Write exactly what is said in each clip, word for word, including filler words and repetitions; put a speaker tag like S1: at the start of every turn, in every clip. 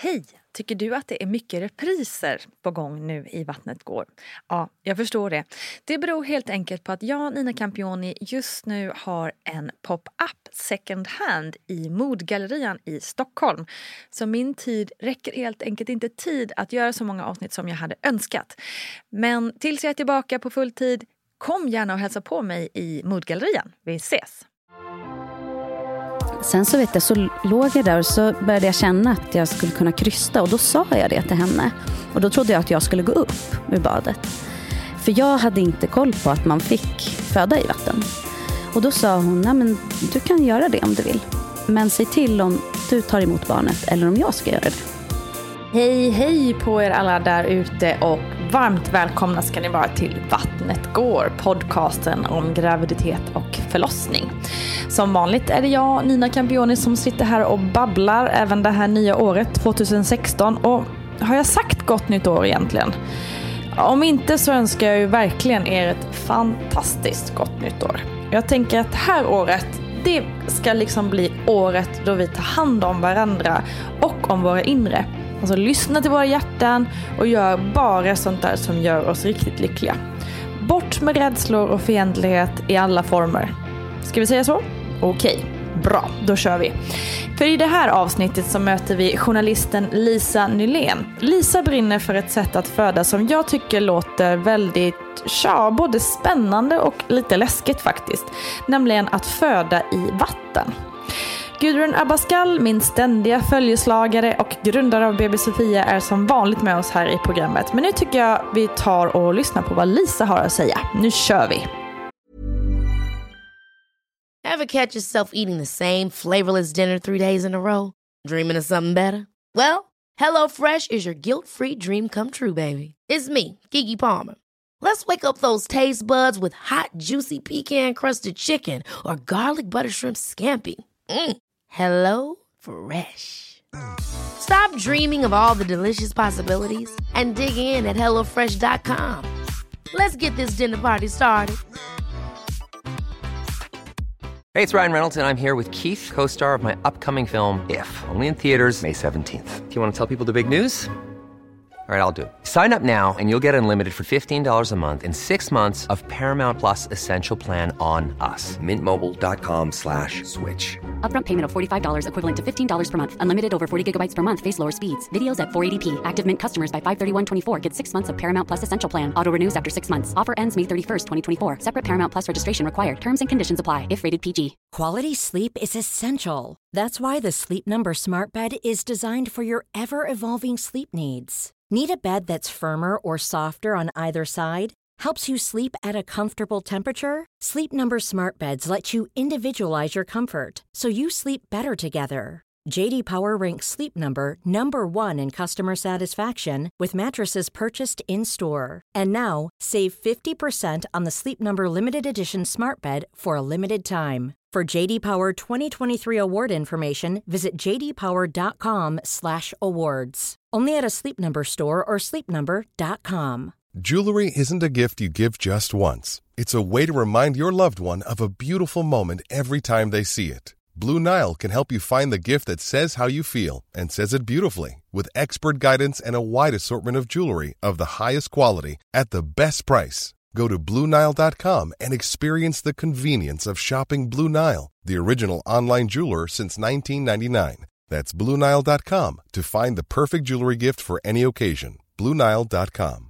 S1: Hej! Tycker du att det är mycket repriser på gång nu i Vattnet går? Ja, jag förstår det. Det beror helt enkelt på att jag, Nina Campioni, just nu har en pop-up second hand i Modgallerian i Stockholm. Så min tid räcker helt enkelt inte tid att göra så många avsnitt som jag hade önskat. Men tills jag är tillbaka på full tid, kom gärna och hälsa på mig i Modgallerian. Vi ses!
S2: Sen så vet jag, så låg jag där och så började jag känna att jag skulle kunna krysta. Och då sa jag det till henne. Och då trodde jag att jag skulle gå upp ur badet. För jag hade inte koll på att man fick föda i vatten. Och då sa hon, nej men du kan göra det om du vill. Men säg till om du tar emot barnet eller om jag ska göra det.
S1: Hej, hej på er alla där ute och varmt välkomna ska ni vara till Vattnet går, podcasten om graviditet och förlossning. Som vanligt är det jag, Nina Campioni, som sitter här och babblar även det här nya året, tjugohundrasexton. Och har jag sagt gott nytt år egentligen? Om inte så önskar jag ju verkligen er ett fantastiskt gott nytt år. Jag tänker att det här året, det ska liksom bli året då vi tar hand om varandra och om våra inre. Alltså lyssna till våra hjärtan och gör bara sånt där som gör oss riktigt lyckliga. Bort med rädslor och fientlighet i alla former. Ska vi säga så? Okej, bra, då kör vi. För i det här avsnittet så möter vi journalisten Lisa Nylén. Lisa brinner för ett sätt att föda som jag tycker låter väldigt, ja, både spännande och lite läskigt faktiskt. Nämligen att föda i vatten. Gudrun Abascal, min ständiga följeslagare och grundare av B B Sofia, är som vanligt med oss här i programmet. Men nu tycker jag vi tar och lyssnar på vad Lisa har att säga. Nu kör vi!
S3: Ever catch yourself eating the same flavorless dinner three days in a row? Dreaming of something better? Well, HelloFresh is your guilt-free dream come true, baby. It's me, Keke Palmer. Let's wake up those taste buds with hot, juicy pecan-crusted chicken or garlic butter shrimp scampi. Mm. Hello Fresh. Stop dreaming of all the delicious possibilities and dig in at hello fresh dot com. Let's get this dinner party started.
S4: Hey, it's Ryan Reynolds, and I'm here with Keith, co-star of my upcoming film, If, only in theaters May seventeenth. Do you want to tell people the big news? All right, I'll do it. Sign up now and you'll get unlimited for fifteen dollars a month and six months of Paramount Plus Essential Plan on us. Mint Mobile dot com slash switch.
S5: Upfront payment of forty-five dollars equivalent to fifteen dollars per month. Unlimited over forty gigabytes per month. Face lower speeds. Videos at four eighty p. Active Mint customers by five thirty-one twenty-four get six months of Paramount Plus Essential Plan. Auto renews after six months. Offer ends May thirty-first, twenty twenty-four. Separate Paramount Plus registration required. Terms and conditions apply if rated P G.
S6: Quality sleep is essential. That's why the Sleep Number Smart Bed is designed for your ever-evolving sleep needs. Need a bed that's firmer or softer on either side? Helps you sleep at a comfortable temperature? Sleep Number Smart Beds let you individualize your comfort, so you sleep better together. J D Power ranks Sleep Number number one in customer satisfaction with mattresses purchased in-store. And now, save fifty percent on the Sleep Number Limited Edition Smart Bed for a limited time. For J D Power twenty twenty-three award information, visit j d power dot com slash awards. Only at a Sleep Number store or sleep number dot com.
S7: Jewelry isn't a gift you give just once. It's a way to remind your loved one of a beautiful moment every time they see it. Blue Nile can help you find the gift that says how you feel and says it beautifully, with expert guidance and a wide assortment of jewelry of the highest quality at the best price. Go to blue nile dot com and experience the convenience of shopping Blue Nile, the original online jeweler since nineteen ninety-nine. That's blue nile dot com to find the perfect jewelry gift for any occasion. blue nile dot com.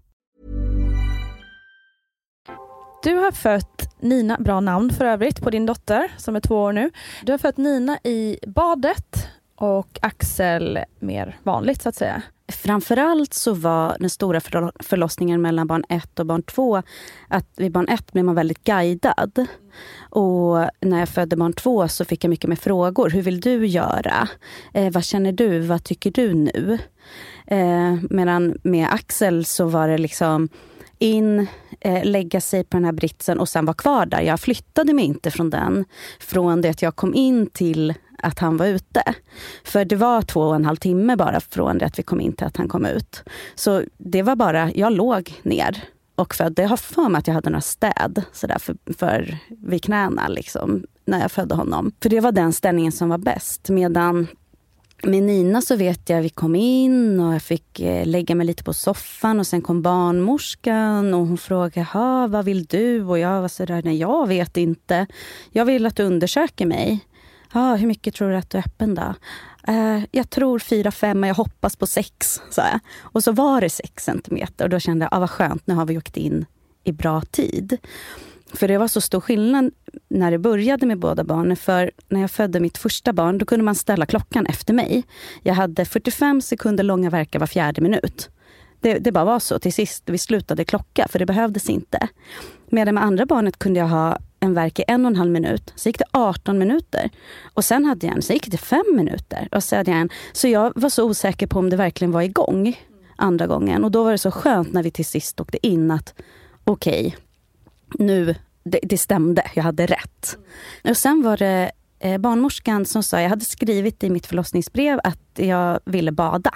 S1: Du har fött Nina, bra namn för övrigt på din dotter som är två år nu. Du har fött Nina i badet och Axel mer vanligt så att säga.
S2: Framförallt så var den stora förlossningen mellan barn ett och barn två att vid barn ett blev man väldigt guidad. Och när jag födde barn två så fick jag mycket med frågor. Hur vill du göra? Eh, vad känner du? Vad tycker du nu? Eh, medan med Axel så var det liksom in, eh, lägga sig på den här britsen och sen vara kvar där. Jag flyttade mig inte från den. Från det att jag kom in till att han var ute. För det var två och en halv timme bara från det att vi kom in till att han kom ut. Så det var bara, jag låg ner och födde. Jag har för mig att jag hade några städ sådär för, för vid knäna liksom, när jag födde honom. För det var den ställningen som var bäst. Medan med Nina så vet jag vi kom in och jag fick lägga mig lite på soffan och sen kom barnmorskan och hon frågade, ha, vad vill du? Och jag var sådär, nej jag vet inte. Jag vill att du undersöker mig. Ja, hur mycket tror du att du är öppen då? Uh, jag tror fyra, fem, men jag hoppas på sex, sa jag. Och så var det sex centimeter och då kände jag, ah, vad skönt, nu har vi åkt in i bra tid. För det var så stor skillnad när det började med båda barnen. För när jag födde mitt första barn, då kunde man ställa klockan efter mig. Jag hade fyrtiofem sekunder långa verkar var fjärde minut. Det, det bara var så. Till sist vi slutade klocka, för det behövdes inte. Medan med andra barnet kunde jag ha en verk i en och en halv minut. Så gick det arton minuter. Och sen hade jag en, så gick det fem minuter. Och så hade jag en. Så jag var så osäker på om det verkligen var igång andra gången. Och då var det så skönt när vi till sist åkte in att okej, okay, nu, det, det stämde, jag hade rätt. Och sen var det eh, barnmorskan som sa, jag hade skrivit i mitt förlossningsbrev att jag ville bada.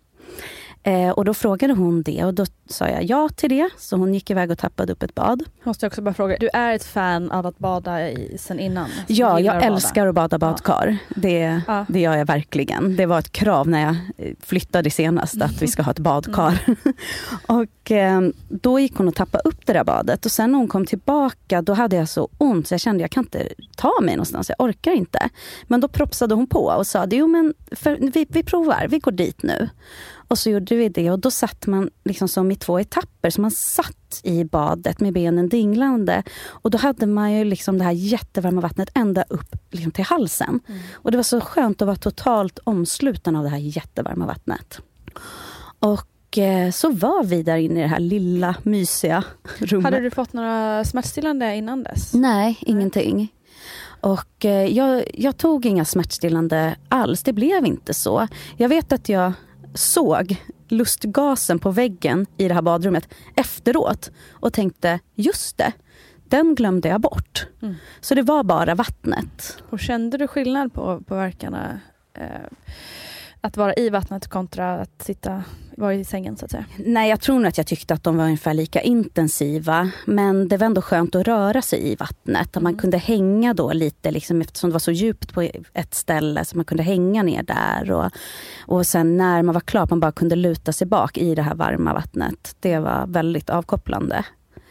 S2: Eh, och då frågade hon det och då sa jag ja till det. Så hon gick iväg och tappade upp ett bad.
S1: Måste jag också bara fråga, du är ett fan av att bada i, sen innan? Alltså,
S2: ja, jag att älskar att bada badkar. Ja. Det, ja. det gör jag verkligen. Det var ett krav när jag flyttade senast att vi ska ha ett badkar. Mm. och eh, då gick hon och tappade upp det där badet. Och sen när hon kom tillbaka, då hade jag så ont så jag kände jag kan inte ta mig någonstans. Jag orkar inte. Men då propsade hon på och sa, jo men för, vi, vi provar, vi går dit nu. Och så gjorde vi det och då satt man liksom som i två etapper. Så man satt i badet med benen dinglande. Och då hade man ju liksom det här jättevarma vattnet ända upp liksom till halsen. Mm. Och det var så skönt att vara totalt omsluten av det här jättevarma vattnet. Och eh, så var vi där inne i det här lilla, mysiga rummet.
S1: Hade du fått några smärtstillande innan dess?
S2: Nej, ingenting. Och eh, jag, jag tog inga smärtstillande alls. Det blev inte så. Jag vet att jag såg lustgasen på väggen i det här badrummet efteråt och tänkte, just det, den glömde jag bort. Mm. Så det var bara vattnet.
S1: Och kände du skillnad på, på verkarna? Eh, att vara i vattnet kontra att sitta vara i sängen så att säga?
S2: Nej, jag tror nog att jag tyckte att de var ungefär lika intensiva. Men det var ändå skönt att röra sig i vattnet. Att man kunde hänga då lite, liksom, eftersom det var så djupt på ett ställe. Så man kunde hänga ner där. Och, och sen när man var klar, man bara kunde luta sig bak i det här varma vattnet. Det var väldigt avkopplande.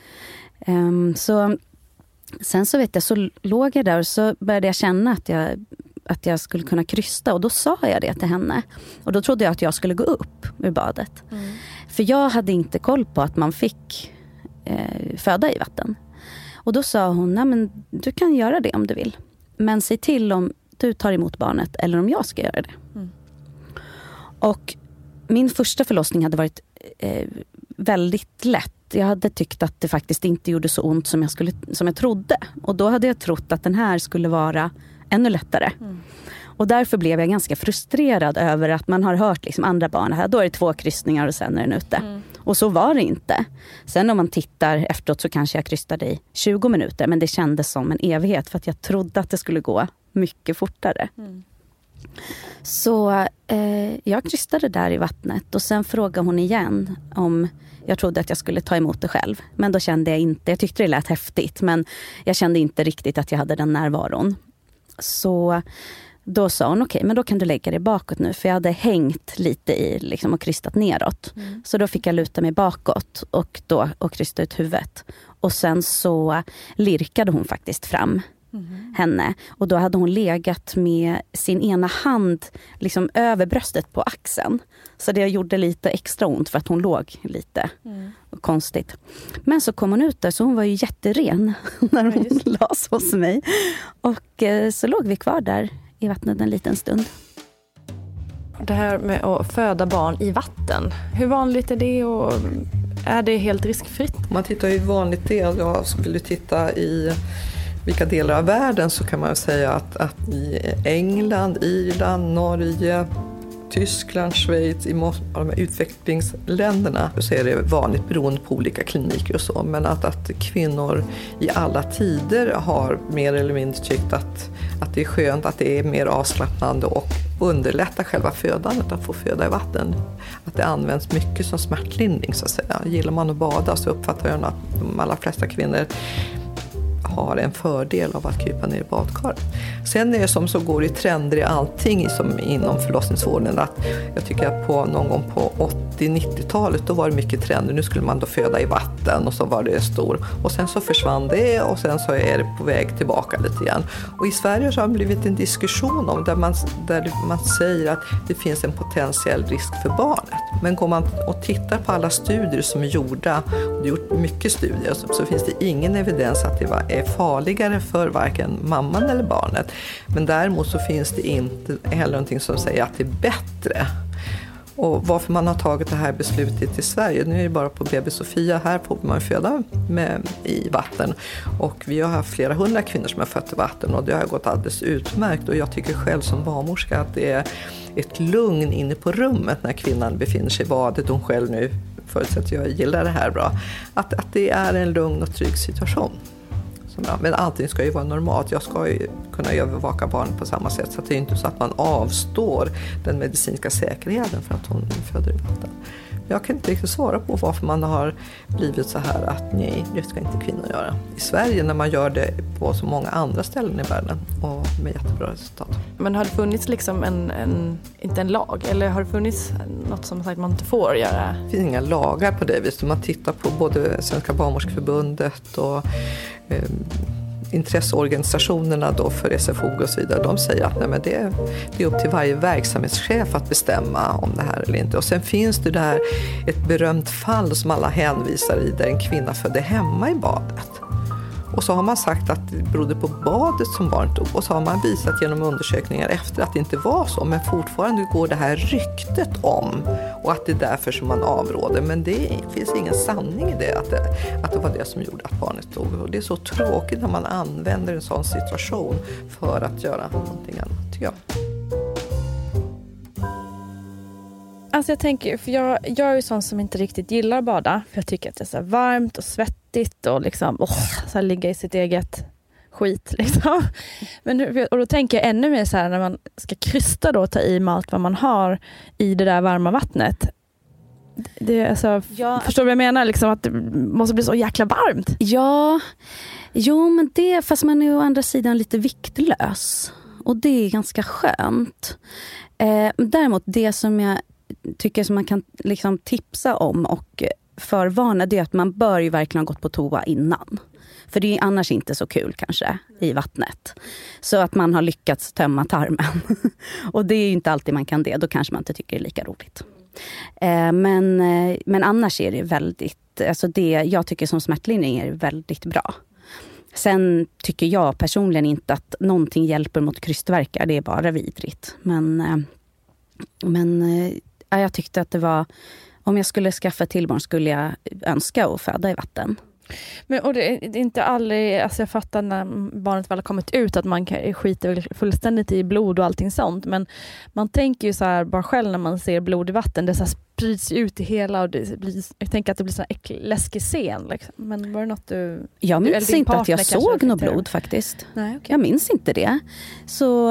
S2: Um, så sen så vet jag, så låg jag där och så började jag känna att jag... att jag skulle kunna krysta. Och då sa jag det till henne. Och då trodde jag att jag skulle gå upp ur badet. Mm. För jag hade inte koll på att man fick eh, föda i vatten. Och då sa hon, nej men du kan göra det om du vill. Men se till om du tar emot barnet eller om jag ska göra det. Mm. Och min första förlossning hade varit eh, väldigt lätt. Jag hade tyckt att det faktiskt inte gjorde så ont som jag, skulle, som jag trodde. Och då hade jag trott att den här skulle vara ännu lättare. Mm. Och därför blev jag ganska frustrerad över att man har hört liksom andra barn här. Då är det två kryssningar och sen är den ute. Mm. Och så var det inte. Sen om man tittar efteråt så kanske jag krystade i tjugo minuter. Men det kändes som en evighet för att jag trodde att det skulle gå mycket fortare. Mm. Så eh, jag krystade där i vattnet. Och sen frågade hon igen om jag trodde att jag skulle ta emot det själv. Men då kände jag inte, jag tyckte det lät häftigt. Men jag kände inte riktigt att jag hade den närvaron. Så då sa hon, okej, okay, men då kan du lägga dig bakåt nu. För jag hade hängt lite i liksom, och krystat neråt. Mm. Så då fick jag luta mig bakåt och, då, och krysta ut huvudet. Och sen så lirkade hon faktiskt fram mm. henne. Och då hade hon legat med sin ena hand liksom, över bröstet på axeln. Så det gjorde lite extra ont för att hon låg lite mm. konstigt. Men så kom hon ut där så hon var ju jätteren när hon ja, las hos mig. Och eh, så låg vi kvar där i vattnet en liten stund.
S1: Det här med att föda barn i vatten, hur vanligt är det och är det helt riskfritt?
S8: Om man tittar i vanligt del, jag skulle titta i vilka delar av världen så kan man säga att, att i England, Irland, Norge, Tyskland, Schweiz, i de här utvecklingsländerna så är det vanligt beroende på olika kliniker och så. Men att, att kvinnor i alla tider har mer eller mindre tyckt att, att det är skönt, att det är mer avslappnande och underlättar själva födandet att få föda i vatten. Att det används mycket som smärtlindring så att säga. Gillar man att bada så uppfattar jag att de allra flesta kvinnor har en fördel av att krypa ner i badkaret. Sen är det som så går det trender i allting som inom förlossningsvården. Att jag tycker att på någon gång på åttio-nittiotalet då var det mycket trender. Nu skulle man då föda i vatten och så var det stor. Och sen så försvann det och sen så är det på väg tillbaka lite grann. Och i Sverige så har det blivit en diskussion om där man, där man säger att det finns en potentiell risk för barnet. Men går man och tittar på alla studier som är gjorda, och det har gjort mycket studier, så, så finns det ingen evidens att det är farligare för varken mamman eller barnet. Men däremot så finns det inte heller någonting som säger att det är bättre. Och varför man har tagit det här beslutet i Sverige, nu är det bara på B B Sofia, här får man föda med, i vatten. Och vi har haft flera hundra kvinnor som har fött i vatten och det har gått alldeles utmärkt. Och jag tycker själv som barnmorska att det är ett lugn inne på rummet när kvinnan befinner sig i badet. Hon själv nu förutsätter jag gillar det här bra. Att, att det är en lugn och trygg situation. Men allting ska ju vara normalt. Jag ska ju kunna övervaka barnet på samma sätt. Så att det är inte så att man avstår den medicinska säkerheten för att hon föder i vatten. Jag kan inte riktigt svara på varför man har blivit så här att nej, det ska inte kvinnor göra. I Sverige när man gör det på så många andra ställen i världen och med jättebra resultat.
S1: Men har det funnits liksom en, en inte en lag eller har det funnits något som sagt man inte får göra?
S8: Det finns inga lagar på det viset. Man tittar på både Svenska barnmorskeförbundet och eh, intresseorganisationerna då för S F O och så vidare, de säger att nej, men det, det är upp till varje verksamhetschef att bestämma om det här eller inte. Och sen finns det där ett berömt fall som alla hänvisar i där en kvinna födde hemma i badet. Och så har man sagt att det berodde på badet som barnet dog. Och så har man visat genom undersökningar efter att det inte var så. Men fortfarande går det här ryktet om. Och att det är därför som man avråder. Men det finns ingen sanning i det att, det. att det var det som gjorde att barnet dog. Och det är så tråkigt när man använder en sån situation för att göra någonting annat, tycker jag.
S1: Alltså jag tänker, för jag, jag är ju sån som inte riktigt gillar att bada. För jag tycker att det är så varmt och svettigt och liksom, åh, så här ligga i sitt eget skit liksom. Men, och då tänker jag ännu mer så här när man ska krysta då och ta i med allt vad man har i det där varma vattnet. Det är alltså, ja, förstår du vad jag menar? Liksom att det måste bli så jäkla varmt.
S2: Ja, jo men det, fast man är å andra sidan lite viktlös. Och det är ganska skönt. Eh, däremot det som jag tycker som man kan liksom tipsa om och förvarna, det är att man bör ju verkligen ha gått på toa innan. För det är annars inte så kul kanske i vattnet. Så att man har lyckats tömma tarmen. Och det är ju inte alltid man kan det. Då kanske man inte tycker det är lika roligt. Eh, men, men annars är det väldigt, alltså det jag tycker som smärtlindring är väldigt bra. Sen tycker jag personligen inte att någonting hjälper mot krystvärkar. Det är bara vidrigt. Men, men ja, jag tyckte att det var, om jag skulle skaffa till barn skulle jag önska att föda i vatten.
S1: Men och det är inte aldrig, alltså jag fattar när barnet väl har kommit ut att man skiter fullständigt i blod och allting sånt. Men man tänker ju så här bara själv när man ser blod i vatten, det så här sprids ut i hela och det blir, jag tänker att det blir så här läskig scen liksom. Men var det något du...
S2: Jag minns du, inte att jag såg något blod faktiskt.
S1: Nej, okay.
S2: Jag minns inte det. Så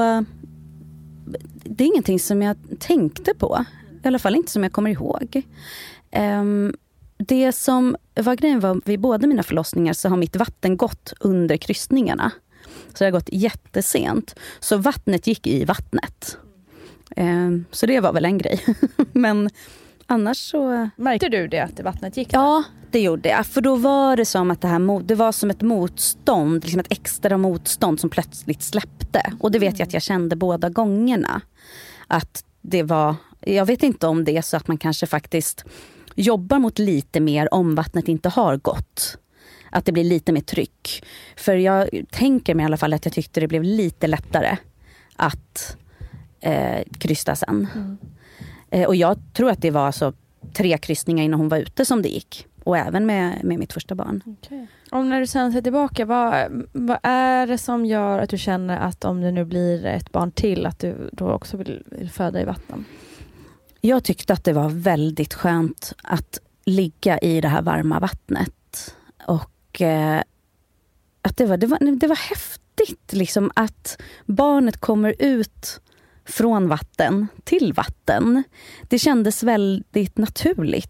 S2: det är ingenting som jag tänkte på. I alla fall inte som jag kommer ihåg. Um, Det som var grejen var, vid båda mina förlossningar så har mitt vatten gått under krystningarna. Så det har gått jättesent. Så vattnet gick i vattnet. Eh, så det var väl en grej. Men annars så...
S1: Märkte du det att vattnet gick där?
S2: Ja, det gjorde jag. För då var det som att det här det var som ett motstånd. Liksom ett extra motstånd som plötsligt släppte. Och det vet jag att jag kände båda gångerna. Att det var... Jag vet inte om det är så att man kanske faktiskt... jobbar mot lite mer om vattnet inte har gått. Att det blir lite mer tryck. För jag tänker mig i alla fall att jag tyckte det blev lite lättare att eh, krysta sen. Mm. Eh, och jag tror att det var alltså tre krystningar innan hon var ute som det gick. Och även med, med mitt första barn.
S1: Okay. Om när du sen ser tillbaka, vad, vad är det som gör att du känner att om det nu blir ett barn till att du då också vill, vill föda i vatten?
S2: Jag tyckte att det var väldigt skönt att ligga i det här varma vattnet. Och eh, att det var, det var, det var häftigt liksom att barnet kommer ut från vatten till vatten. Det kändes väldigt naturligt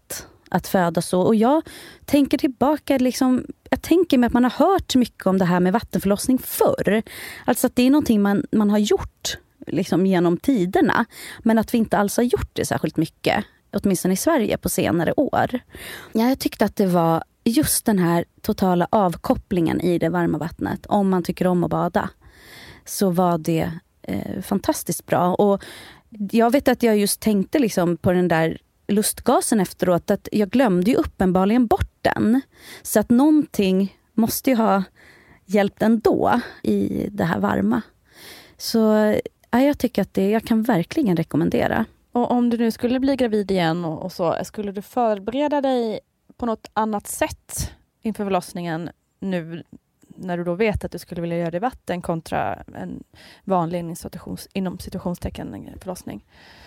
S2: att föda så. Och jag tänker tillbaka, liksom, jag tänker mig att man har hört mycket om det här med vattenförlossning förr. Alltså att det är någonting man, man har gjort liksom, genom tiderna. Men att vi inte alls har gjort det särskilt mycket, åtminstone i Sverige på senare år. Ja, jag tyckte att det var just den här totala avkopplingen i det varma vattnet. Om man tycker om att bada, så var det eh, fantastiskt bra. Och jag vet att jag just tänkte liksom på den där lustgasen efteråt, att jag glömde ju uppenbarligen bort den. Så att någonting måste ju ha hjälpt ändå i det här varma. Så ja, jag tycker att det, jag kan verkligen rekommendera.
S1: Och om du nu skulle bli gravid igen och, och så, skulle du förbereda dig på något annat sätt inför förlossningen nu när du då vet att du skulle vilja göra det i vatten kontra en vanlig inom, situations, inom situationstecken förlossning?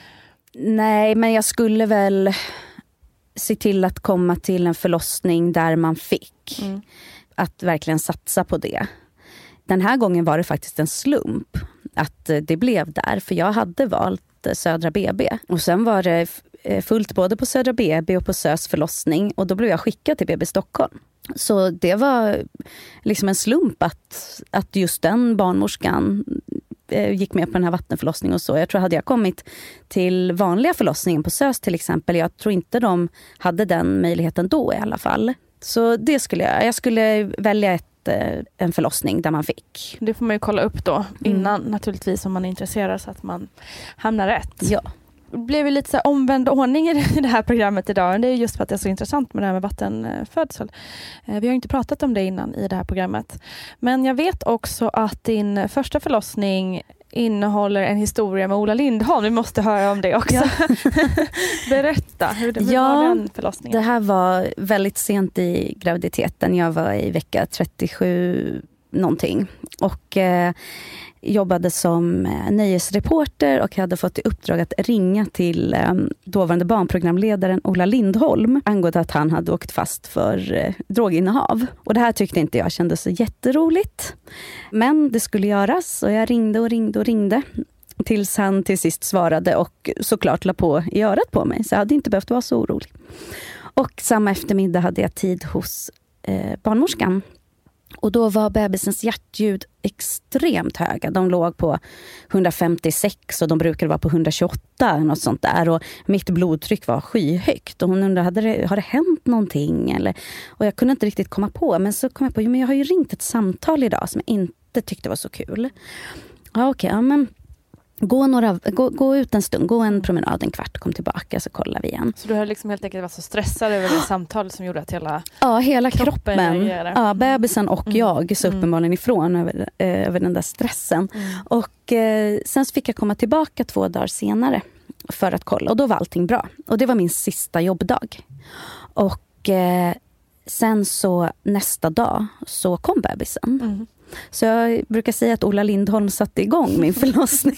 S2: Nej, men jag skulle väl se till att komma till en förlossning där man fick. Mm. Att verkligen satsa på det. Den här gången var det faktiskt en slump att det blev där. För jag hade valt Södra B B. Och sen var det fullt både på Södra B B och på Sös förlossning. Och då blev jag skickad till B B Stockholm. Så det var liksom en slump att, att just den barnmorskan gick med på den här vattenförlossningen och så. Jag tror hade jag kommit till vanliga förlossningen på Sös till exempel, jag tror inte de hade den möjligheten då i alla fall. Så det skulle jag, jag skulle välja ett, en förlossning där man fick.
S1: Det får man ju kolla upp då innan mm. naturligtvis om man är intresserad så att man hamnar rätt.
S2: Ja.
S1: Det blev ju lite så här omvänd ordning i det här programmet idag. Det är just för att det är så intressant med det här med vattenfödsel. Vi har ju inte pratat om det innan i det här programmet. Men jag vet också att din första förlossning innehåller en historia med Ola Lindholm. Vi måste höra om det också. Ja. Berätta, hur, hur
S2: ja,
S1: var den förlossningen?
S2: Det här var väldigt sent i graviditeten. Jag var i vecka trettiosju någonting. Och eh, jobbade som nöjesreporter och hade fått i uppdrag att ringa till eh, dåvarande barnprogramledaren Ola Lindholm angående att han hade åkt fast för eh, droginnehav. Och det här tyckte inte jag kändes så jätteroligt. Men det skulle göras och jag ringde och ringde och ringde tills han till sist svarade och såklart la på i örat på mig. Så jag hade inte behövt vara så orolig. Och samma eftermiddag hade jag tid hos eh, barnmorskan. Och då var bebisens hjärtljud extremt höga. De låg på hundrafemtiosex och de brukade vara på hundratjugoåtta. Något sånt där. Och mitt blodtryck var skyhögt. Och hon undrade, hade det, har det hänt någonting? Eller, och jag kunde inte riktigt komma på. Men så kom jag på, jo, men jag har ju ringt ett samtal idag som jag inte tyckte var så kul. Ja, okej, ja, men gå, några, gå, gå ut en stund, gå en promenad en kvart, kom tillbaka så kollar vi igen.
S1: Så du har liksom helt enkelt varit så stressad över det samtalet som gjorde att hela
S2: Ja, hela kroppen, kroppen ja, bebisen och
S1: mm.
S2: jag så uppenbarligen ifrån över, eh, över den där stressen. Mm. Och eh, sen fick jag komma tillbaka två dagar senare för att kolla och då var allting bra. Och det var min sista jobbdag. Och eh, sen så nästa dag så kom bebisen. Mm. Så jag brukar säga att Ola Lindholm satte igång min förlossning.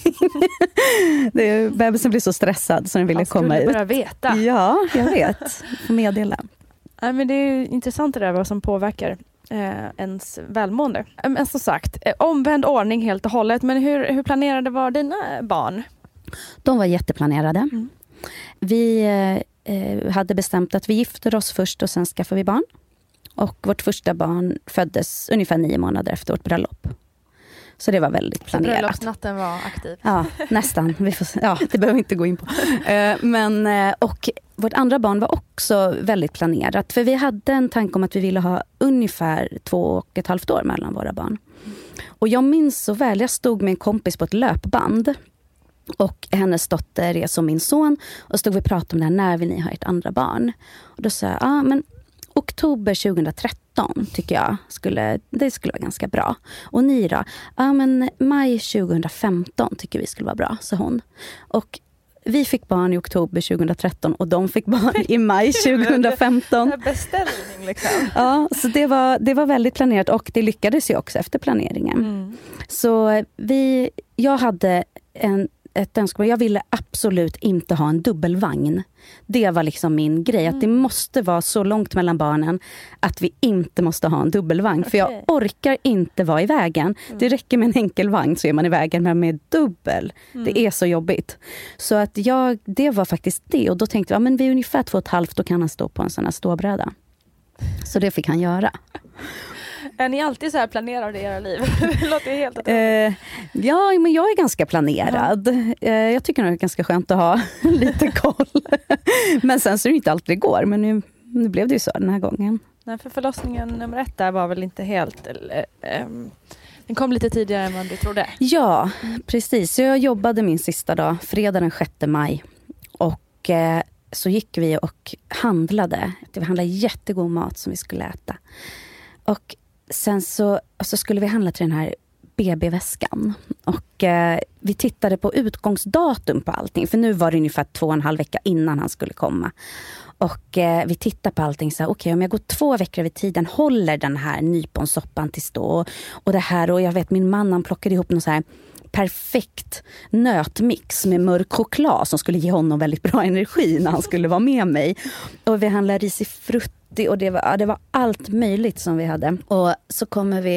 S2: det är, bebisen blev så stressad så den ville komma ut.
S1: Han skulle bara veta.
S2: Ja, jag vet. Meddela.
S1: Ja, men det är ju intressant det där vad som påverkar eh, ens välmående. Men som sagt, eh, omvänd ordning helt och hållet. Men hur, hur planerade var dina barn?
S2: De var jätteplanerade. Mm. Vi eh, hade bestämt att vi gifter oss först och sen skaffar vi barn. Och vårt första barn föddes ungefär nio månader efter vårt bröllop. Så det var väldigt planerat. Så
S1: bröllopsnatten var aktiv?
S2: Ja, nästan. Vi får, ja, det behöver vi inte gå in på. Men, och vårt andra barn var också väldigt planerat. För vi hade en tanke om att vi ville ha ungefär två och ett halvt år mellan våra barn. Och jag minns så väl, jag stod med en kompis på ett löpband. Och hennes dotter är som min son. Och stod vi och pratade om det här, när vill ni ha ert andra barn? Och då sa jag, ja men oktober tjugohundratretton tycker jag skulle, det skulle vara ganska bra. Och ni då? Ja men maj tjugohundrafemton tycker vi skulle vara bra, sa hon. Och vi fick barn i oktober tjugohundratretton och de fick barn i maj tjugohundrafemton.
S1: Beställning liksom.
S2: Ja, så det var, det var väldigt planerat och det lyckades ju också efter planeringen. Mm. Så vi, jag hade en ett önskemål. Jag ville absolut inte ha en dubbelvagn. Det var liksom min grej. Mm. Att det måste vara så långt mellan barnen att vi inte måste ha en dubbelvagn. Okay. För jag orkar inte vara i vägen. Mm. Det räcker med en enkel vagn så är man i vägen. Men med dubbel, mm. det är så jobbigt. Så att jag, det var faktiskt det. Och då tänkte jag, ja, men vi är ungefär två och ett halvt, då kan han stå på en sån här ståbräda. Så det fick han göra.
S1: Är ni alltid så här planerade i era liv? Det låter helt att...
S2: eh, Ja, men jag är ganska planerad. Eh, jag tycker nog det är ganska skönt att ha lite koll. Men sen så är det inte alltid det går. Men nu, nu blev det ju så den här gången.
S1: Nej, för förlossningen nummer ett där var väl inte helt... Eller, um, den kom lite tidigare än vad du trodde.
S2: Ja, precis. Så jag jobbade min sista dag, fredag den sjätte maj. Och eh, så gick vi och handlade. Vi handlade jättegod mat som vi skulle äta. Och sen så, så skulle vi handla till den här B B-väskan. Och eh, vi tittade på utgångsdatum på allting. För nu var det ungefär två och en halv vecka innan han skulle komma. Och eh, vi tittade på allting så här, okej, okay, om jag går två veckor över tiden, håller den här nyponsoppan till stå. Och det här, och jag vet min man, han plockade ihop någon så här perfekt nötmix med mörk choklad som skulle ge honom väldigt bra energi när han skulle vara med mig. Och vi handlade risifrutti och det var, ja, det var allt möjligt som vi hade. Och så kommer vi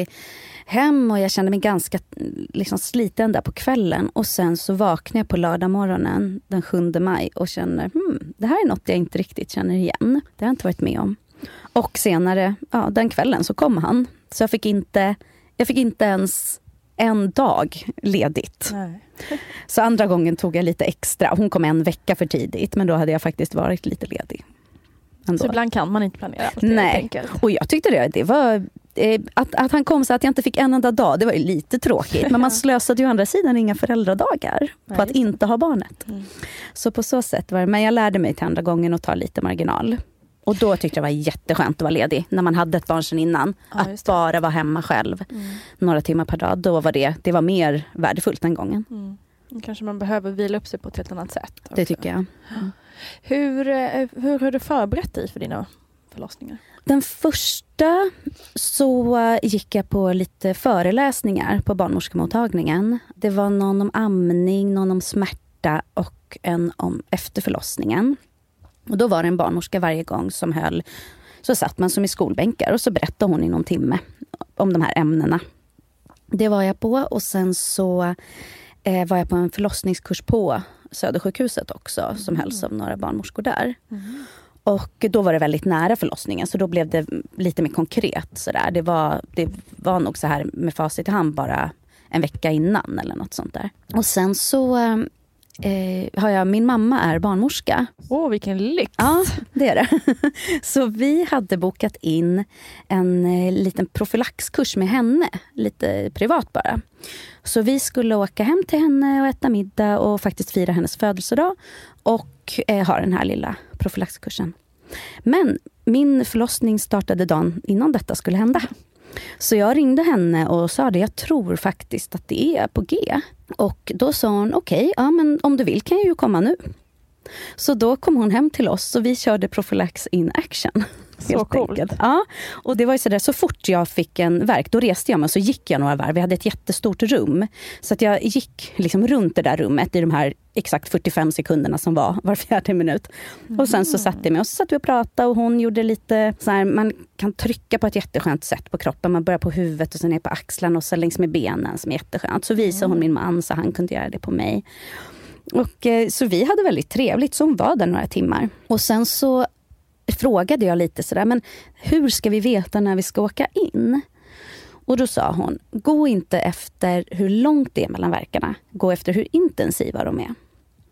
S2: hem och jag kände mig ganska liksom sliten där på kvällen. Och sen så vaknade jag på lördag morgonen den sjunde maj och känner, hmm, det här är något jag inte riktigt känner igen. Det har jag inte varit med om. Och senare, ja, den kvällen så kom han. Så jag fick inte, jag fick inte ens en dag ledigt. Nej. Så andra gången tog jag lite extra. Hon kom en vecka för tidigt, men då hade jag faktiskt varit lite ledig. Ändå.
S1: Så ibland kan man inte planera allt.
S2: Nej, och jag tyckte det, det var... Eh, att, att han kom så att jag inte fick en enda dag, det var ju lite tråkigt. Men man slösade ju å andra sidan inga föräldradagar på Nej, att inte ha barnet. Mm. Så på så sätt var det. Men jag lärde mig till andra gången att ta lite marginal. Och då tyckte jag det var jätteskönt att vara ledig. När man hade ett barn sedan innan. Ja, att bara vara hemma själv. Mm. Några timmar per dag. Då var det, det var mer värdefullt den gången.
S1: Mm. Kanske man behöver vila upp sig på ett helt annat sätt. Också.
S2: Det tycker jag.
S1: Mm. Hur, hur har du förberett dig för dina förlossningar?
S2: Den första så gick jag på lite föreläsningar på barnmorskemottagningen. Det var någon om amning, någon om smärta och en om efterförlossningen. Och då var det en barnmorska varje gång som höll, så satt man som i skolbänkar och så berättade hon i någon timme om de här ämnena. Det var jag på och sen så eh, var jag på en förlossningskurs på Södersjukhuset också mm. som hölls av några barnmorskor där. Mm. Och då var det väldigt nära förlossningen så då blev det lite mer konkret sådär. Det var, det var nog så här med facit i hand bara en vecka innan eller något sånt där. Och sen så... Eh, har jag, min mamma är barnmorska.
S1: Åh, oh, vilken lyx!
S2: Ja, det är det. Så vi hade bokat in en eh, liten profylaxkurs med henne. Lite privat bara. Så vi skulle åka hem till henne och äta middag och faktiskt fira hennes födelsedag. Och eh, ha den här lilla profylaxkursen. Men min förlossning startade dagen innan detta skulle hända. Så jag ringde henne och sa det, jag tror faktiskt att det är på G. Och då sa hon, okej, okay, ja men om du vill kan jag ju komma nu. Så då kom hon hem till oss och vi körde Prophylax in action.
S1: Så coolt.
S2: Ja, och det var ju så där, så fort jag fick en verk, då reste jag mig och så gick jag några varv. Vi hade ett jättestort rum. Så att jag gick liksom runt det där rummet i de här exakt fyrtiofem sekunderna som var var fjärde minut. Mm. Och sen så satt jag med och så satt vi och pratade och hon gjorde lite så här, man kan trycka på ett jätteskönt sätt på kroppen. Man börjar på huvudet och sen ner på axlarna och så längs med benen som är jätteskönt. Så visade mm. hon min man så han kunde göra det på mig. Och så vi hade väldigt trevligt, så hon var där några timmar. Och sen så frågade jag lite sådär, men hur ska vi veta när vi ska åka in? Och då sa hon, gå inte efter hur långt det är mellan verkarna. Gå efter hur intensiva de är.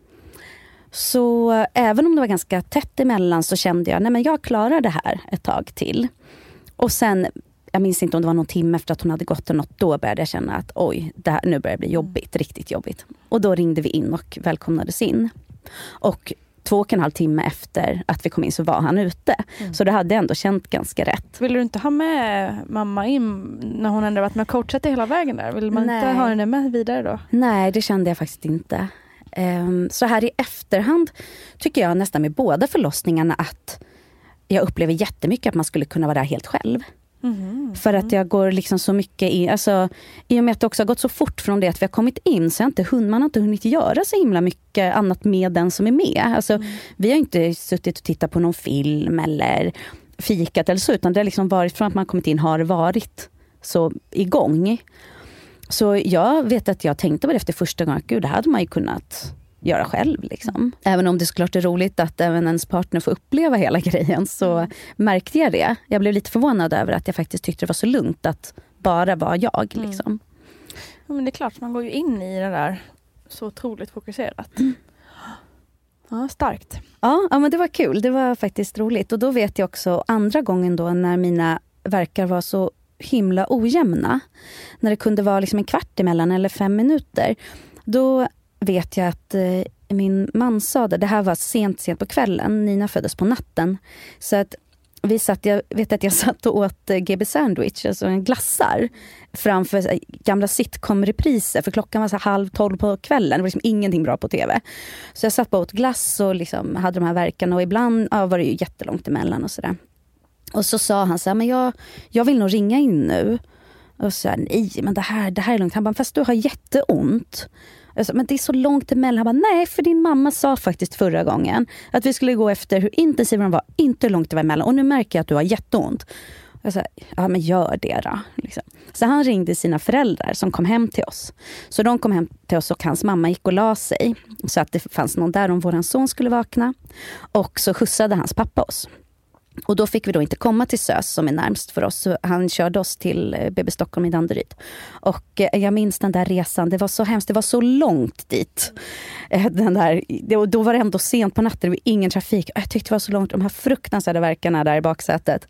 S2: Så även om det var ganska tätt emellan så kände jag, nej men jag klarar det här ett tag till. Och sen, jag minns inte om det var någon timme efter att hon hade gått eller något, då började jag känna att oj, det här, nu börjar det bli jobbigt, riktigt jobbigt. Och då ringde vi in och välkomnades in. Och två och en halv timme efter att vi kom in så var han ute. Mm. Så det hade ändå känt ganska rätt.
S1: Vill du inte ha med mamma in när hon ändå varit med och coachat hela vägen där? Vill man Nej. inte ha henne med vidare då?
S2: Nej, det kände jag faktiskt inte. Um, så här i efterhand tycker jag nästan med båda förlossningarna att jag upplever jättemycket att man skulle kunna vara där helt själv. Mm. För att jag går liksom så mycket in, alltså, i och med att det också har gått så fort från det att vi har kommit in, så har inte, man har inte hunnit göra så himla mycket annat med den som är med. Alltså, mm. Vi har inte suttit och tittat på någon film eller fikat eller så, utan det har liksom varit från att man kommit in har varit så igång. Så jag vet att jag tänkte på det efter första gången, gud, det hade man ju kunnat göra själv liksom. Även om det såklart är roligt att även ens partner får uppleva hela grejen, så mm. märkte jag det. Jag blev lite förvånad över att jag faktiskt tyckte det var så lugnt att bara vara jag liksom.
S1: Mm. Ja, men det är klart, man går ju in i det där så otroligt fokuserat. Mm. Ja, starkt.
S2: Ja, ja, men det var kul. Det var faktiskt roligt. Och då vet jag också andra gången då när mina verkar var så himla ojämna. När det kunde vara liksom en kvart emellan eller fem minuter. Då vet jag att eh, min man sa det. Det här var sent, sent på kvällen. Nina föddes på natten. Så att vi satt, jag vet att jag satt och åt eh, G B sandwich, alltså en glassar, framför eh, gamla sitcom-repriser. För klockan var så halv tolv på kvällen. Det var liksom ingenting bra på tv. Så jag satt bara åt glass och liksom hade de här verkarna. Och ibland ja, var det ju jättelångt emellan och sådär. Och så sa han så här, men jag, jag vill nog ringa in nu. Och så här, nej, men det här, det här är lugnt. Han bara, fast du har jätteont. Alltså, men det är så långt emellan. Han bara, nej, för din mamma sa faktiskt förra gången att vi skulle gå efter hur intensiv de var, inte långt emellan. Och nu märker jag att du har jätteont. Jag sa, ja men gör det då. Liksom. Så han ringde sina föräldrar som kom hem till oss. Så de kom hem till oss och hans mamma gick och la sig. Så att det fanns någon där om våran son skulle vakna. Och så skjutsade hans pappa oss. Och då fick vi då inte komma till Sös som är närmst för oss. Så han körde oss till B B Stockholm i Danderyd. Och jag minns den där resan. Det var så hemskt. Det var så långt dit. Den där, då var det ändå sent på natten. Det var ingen trafik. Jag tyckte det var så långt. De här fruktansvärda verkarna där i baksätet.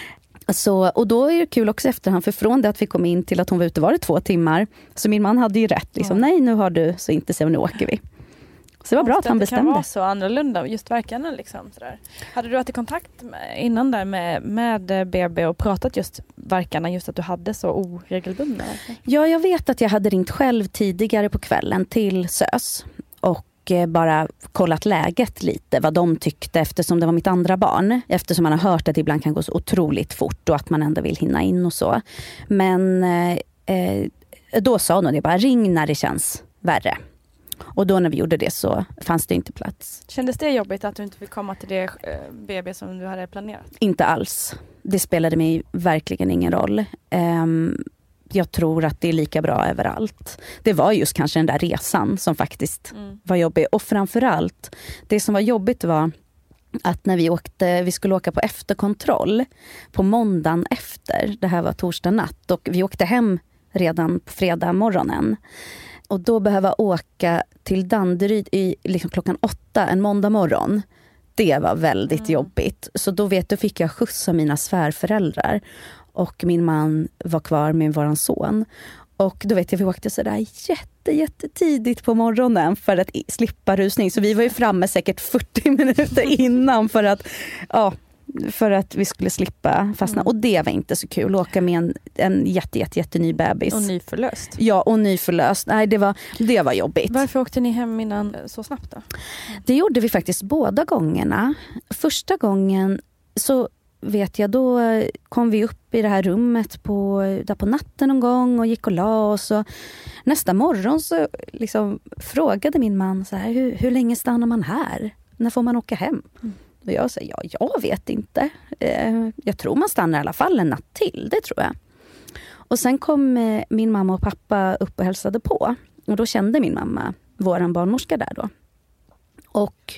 S2: Så, och då är det kul också efterhand. För från det att vi kom in till att hon var ute var det två timmar. Så min man hade ju rätt. Liksom, nej, nu har du så inte så nu åker vi. Så det var bra att han bestämde.
S1: Det kan vara så annorlunda, just verkarna liksom. Sådär. Hade du varit i kontakt med, innan där med, med B B och pratat just verkarna, just att du hade så oregelbundna?
S2: Ja, jag vet att jag hade ringt själv tidigare på kvällen till Sös och bara kollat läget lite, vad de tyckte eftersom det var mitt andra barn. Eftersom man har hört att det ibland kan gå så otroligt fort och att man ändå vill hinna in och så. Men eh, då sa de det bara, ring när det känns värre. Och då när vi gjorde det så fanns det inte plats.
S1: Kändes det jobbigt att du inte fick komma till det B B som du hade planerat?
S2: Inte alls. Det spelade mig verkligen ingen roll. Um, jag tror att det är lika bra överallt. Det var just kanske den där resan som faktiskt mm. var jobbig. Och framförallt, det som var jobbigt var att när vi åkte, vi skulle åka på efterkontroll på måndagen efter. Det här var torsdag natt och vi åkte hem redan på fredag morgonen. Och då behöva åka till Danderyd i liksom klockan åtta en måndag morgon. Det var väldigt mm. jobbigt. Så då vet du fick jag skjutsa mina svärföräldrar. Och min man var kvar med våran son. Och då vet jag vi åkte sådär jätte, jättetidigt på morgonen för att slippa rusning. Så vi var ju framme säkert fyrtio minuter innan för att... ja. För att vi skulle slippa fastna. Mm. Och det var inte så kul. Åka med en, en jätte, jätte, jätte ny bebis.
S1: Och nyförlöst.
S2: Ja, och nyförlöst. Nej, det var, det var jobbigt.
S1: Varför åkte ni hem innan så snabbt då?
S2: Det gjorde vi faktiskt båda gångerna. Första gången så vet jag, då kom vi upp i det här rummet på, där på natten någon gång och gick och la oss. Och nästa morgon så liksom frågade min man så här, hur, hur länge stannar man här? När får man åka hem? Mm. Och jag säger, ja, jag vet inte. Eh, jag tror man stannar i alla fall en natt till, det tror jag. Och sen kom eh, min mamma och pappa upp och hälsade på. Och då kände min mamma våran barnmorska där då. Och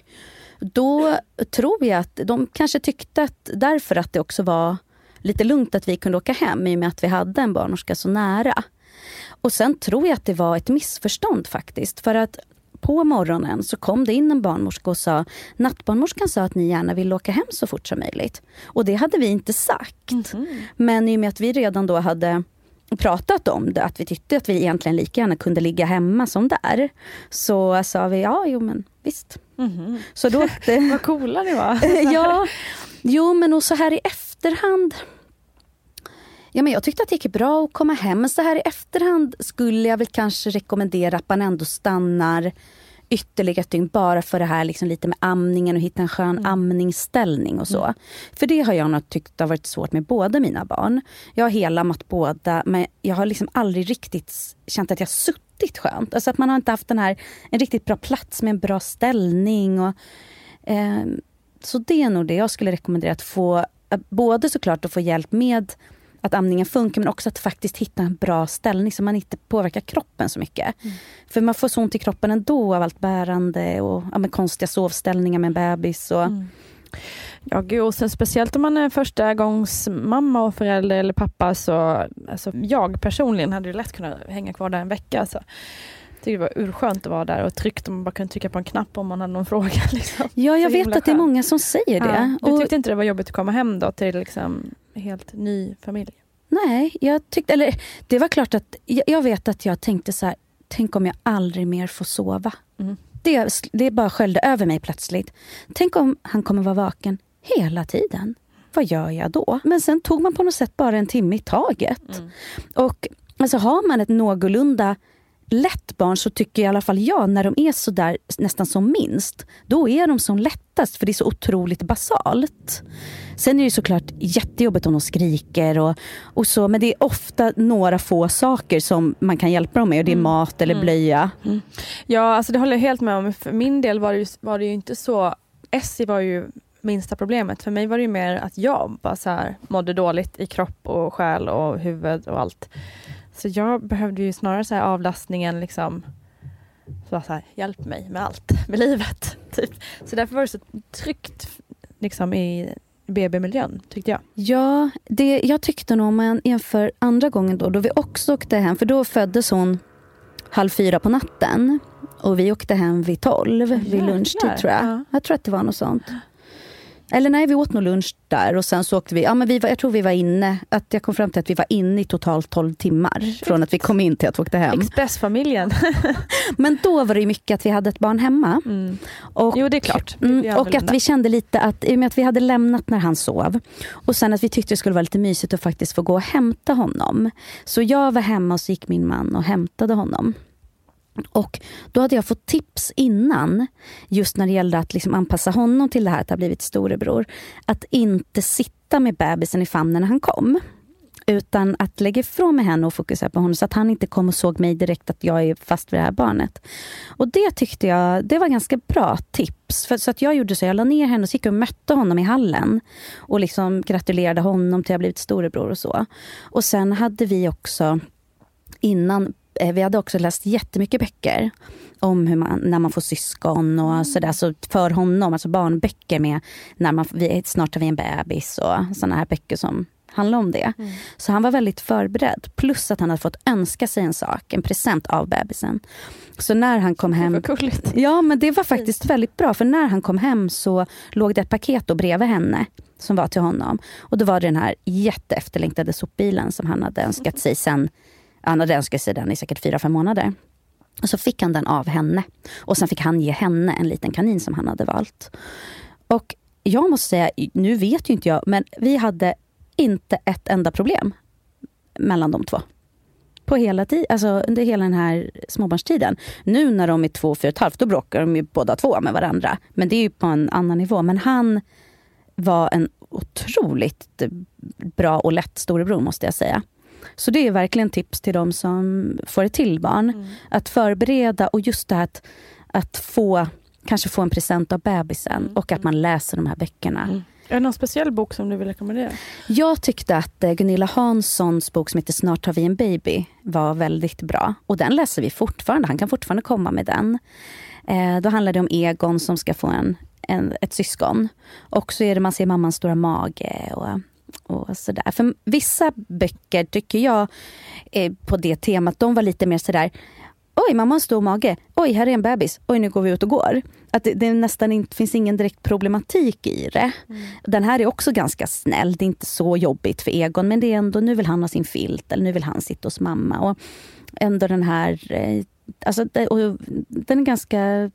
S2: då tror jag att de kanske tyckte att därför att det också var lite lugnt att vi kunde åka hem i och med att vi hade en barnmorska så nära. Och sen tror jag att det var ett missförstånd faktiskt. För att på morgonen så kom det in en barnmorska och sa, nattbarnmorskan sa att ni gärna vill åka hem så fort som möjligt. Och det hade vi inte sagt. Mm-hmm. Men i och med att vi redan då hade pratat om det, att vi tyckte att vi egentligen lika gärna kunde ligga hemma som där, så sa vi, ja, jo men visst. Mm-hmm. Så då åkte...
S1: Vad coola ni var.
S2: Ja, jo men och så här i efterhand... Ja, men jag tyckte att det gick bra att komma hem. Men så här i efterhand skulle jag väl kanske rekommendera att man ändå stannar ytterligare ett dygn bara för det här liksom lite med amningen och hitta en skön mm. amningsställning och så. Mm. För det har jag nog tyckt har varit svårt med båda mina barn. Jag har helammat båda, men jag har liksom aldrig riktigt känt att jag suttit skönt. Alltså att man har inte haft den här, en riktigt bra plats med en bra ställning. Och, eh, så det är nog det jag skulle rekommendera, att få, både såklart att få hjälp med att amningen funkar, men också att faktiskt hitta en bra ställning så man inte påverkar kroppen så mycket. Mm. För man får så ont i kroppen ändå av allt bärande och ja, med konstiga sovställningar med en bebis. Och...
S1: Mm. Ja, gud, och sen speciellt om man är första gångs mamma och förälder eller pappa, så alltså, jag personligen hade ju lätt kunnat hänga kvar där en vecka. Så. Jag tycker det var urskönt att vara där och tryggt om man bara kunde trycka på en knapp om man hade någon fråga. Liksom.
S2: Ja, jag vet att det är många som säger det.
S1: Ja, du tyckte och... inte det var jobbigt att komma hem då till liksom helt ny familj?
S2: Nej, jag tyckte, eller det var klart att jag, jag vet att jag tänkte så här, tänk om jag aldrig mer får sova. Mm. Det, det bara sköljde över mig plötsligt. Tänk om han kommer vara vaken hela tiden. Vad gör jag då? Men sen tog man på något sätt bara en timme i taget. Mm. Och alltså har man ett någorlunda lätt barn, så tycker i alla fall jag, när de är så där nästan som minst, då är de som lättast, för det är så otroligt basalt. Sen är det såklart jättejobbigt om de skriker och, och så, men det är ofta några få saker som man kan hjälpa dem med, och det är mm. mat eller blöja.
S1: Mm. Ja, alltså det håller jag helt med om. För min del var det ju, var det ju inte så. Essie var ju minsta problemet. För mig var det ju mer att jag bara så här mådde dåligt i kropp och själ och huvud och allt. Så jag behövde ju snarare så här avlastningen liksom, så här, hjälp mig med allt, med livet. Typ. Så därför var det så tryggt liksom i B B-miljön, tyckte jag.
S2: Ja, det, jag tyckte nog, om man jämför andra gången då, då vi också åkte hem, för då föddes hon halv fyra på natten och vi åkte hem vid tolv, ja, vid lunchtid tror jag. Ja. Jag tror att det var något sånt. Eller nej, vi åt nog lunch där och sen så åkte vi, ja men vi var, jag tror vi var inne, att jag kom fram till att vi var inne i totalt tolv timmar Shit. Från att vi kom in till att vi åkte hem.
S1: Expressfamiljen.
S2: Men då var det ju mycket att vi hade ett barn hemma. Mm. Och,
S1: jo, det är klart.
S2: Mm, och att vi kände lite att, i och med att vi hade lämnat när han sov, och sen att vi tyckte det skulle vara lite mysigt att faktiskt få gå och hämta honom. Så jag var hemma och så gick min man och hämtade honom. Och då hade jag fått tips innan, just när det gällde att liksom anpassa honom till det här att ha blivit storebror, att inte sitta med bebisen i famnen när han kom, utan att lägga ifrån med henne och fokusera på honom, så att han inte kom och såg mig direkt att jag är fast vid det här barnet. Och det tyckte jag, det var ganska bra tips. För, så att jag gjorde så, jag la ner henne och gick och mötte honom i hallen och liksom gratulerade honom till att ha blivit storebror och så. Och sen hade vi också innan, vi hade också läst jättemycket böcker om hur man, när man får syskon och sådär, så för honom, alltså barnböcker med när man, vi, snart har vi en bebis och sådana här böcker som handlar om det. Mm. Så han var väldigt förberedd, plus att han hade fått önska sig en sak, en present av bebisen. Så när han kom hem, ja men det var faktiskt väldigt bra, för när han kom hem så låg det ett paket då bredvid henne som var till honom, och då var det den här jätteefterlängtade sopbilen som han hade önskat sig sen. Han hade önskat sig den i säkert fyra, fem månader. Och så fick han den av henne. Och sen fick han ge henne en liten kanin som han hade valt. Och jag måste säga, nu vet ju inte jag, men vi hade inte ett enda problem mellan de två. På hela tiden, alltså under hela den här småbarnstiden. Nu när de är två, fyra och ett halvt, då bråkar de ju båda två med varandra. Men det är ju på en annan nivå. Men han var en otroligt bra och lätt storebror, måste jag säga. Så det är verkligen tips till de som får ett till barn. Mm. Att förbereda, och just det här att, att få, kanske få en present av bebisen. Mm. Och att man läser de här böckerna. Mm.
S1: Är det någon speciell bok som du vill rekommendera?
S2: Jag tyckte att Gunilla Hanssons bok som heter Snart har vi en baby var väldigt bra. Och den läser vi fortfarande. Han kan fortfarande komma med den. Eh, då handlar det om Egon som ska få en, en, ett syskon. Och så är det, man ser mammans stora mage och... och sådär. För vissa böcker tycker jag eh, på det temat, de var lite mer sådär, oj, mamma har stor mage, oj, här är en bebis, oj, nu går vi ut och går. Att det, det nästan inte finns ingen direkt problematik i det. Mm. Den här är också ganska snäll, det är inte så jobbigt för Egon, men det är ändå, nu vill han ha sin filt, eller nu vill han sitta hos mamma. Och ändå den här, eh, alltså, och den är ganska...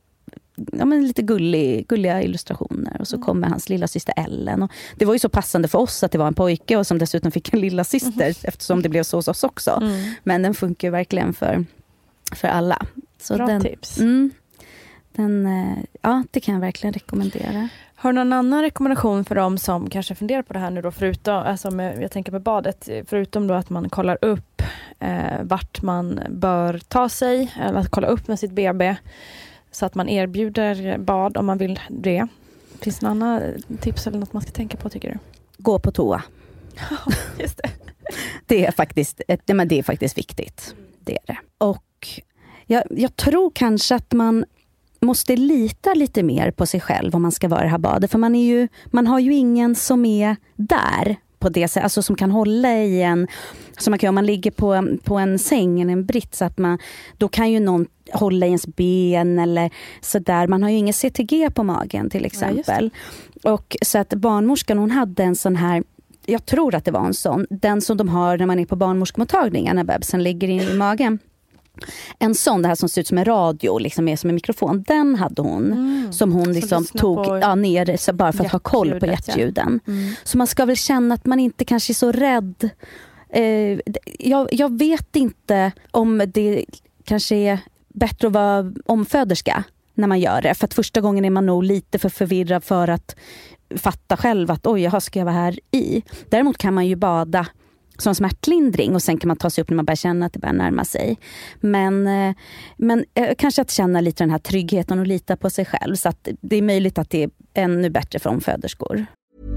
S2: Ja, men lite gullig, gulliga illustrationer. Och så mm. kommer hans lilla syster Ellen. Och det var ju så passande för oss att det var en pojke, och som dessutom fick en lilla syster, mm. eftersom det blev så hos oss också. Mm. Men den funkar ju verkligen för, för alla. Så
S1: bra
S2: den,
S1: tips.
S2: Mm, Den, ja, det kan jag verkligen rekommendera.
S1: Har du någon annan rekommendation för dem som kanske funderar på det här nu då, förutom, alltså med, jag tänker på badet, förutom då att man kollar upp eh, vart man bör ta sig, eller att kolla upp med sitt B B så att man erbjuder bad om man vill det. Finns det några andra tips eller något man ska tänka på, tycker du?
S2: Gå på toa.
S1: Just det.
S2: Det är faktiskt, det, men det är faktiskt viktigt. Det är det. Och jag, jag tror kanske att man måste lita lite mer på sig själv om man ska vara i det här badet. För man, är ju, man har ju ingen som är där på det sättet, alltså som kan hålla i en, som man kan om man ligger på, på en säng eller en britt, så att man, då kan ju någon hålla i ens ben eller sådär. Man har ju ingen C T G på magen till exempel. Ja, och så att barnmorskan, hon hade en sån här, jag tror att det var en sån, den som de har när man är på barnmorskemottagningen när bebisen ligger in i magen. En sån, det här som ser ut som en radio, liksom är som en mikrofon, den hade hon mm. som hon liksom tog ja, ner så bara för att ha koll på hjärtljuden. Ja. Mm. Så man ska väl känna att man inte kanske är så rädd. Eh, jag, jag vet inte om det kanske är bättre att vara omföderska när man gör det. För att första gången är man nog lite för förvirrad för att fatta själv att oj, jag ska jag vara här i. Däremot kan man ju bada som smärtlindring och sen kan man ta sig upp när man börjar känna att det börjar närma sig. Men, men kanske att känna lite den här tryggheten och lita på sig själv, så att det är möjligt att det är ännu bättre för omföderskor.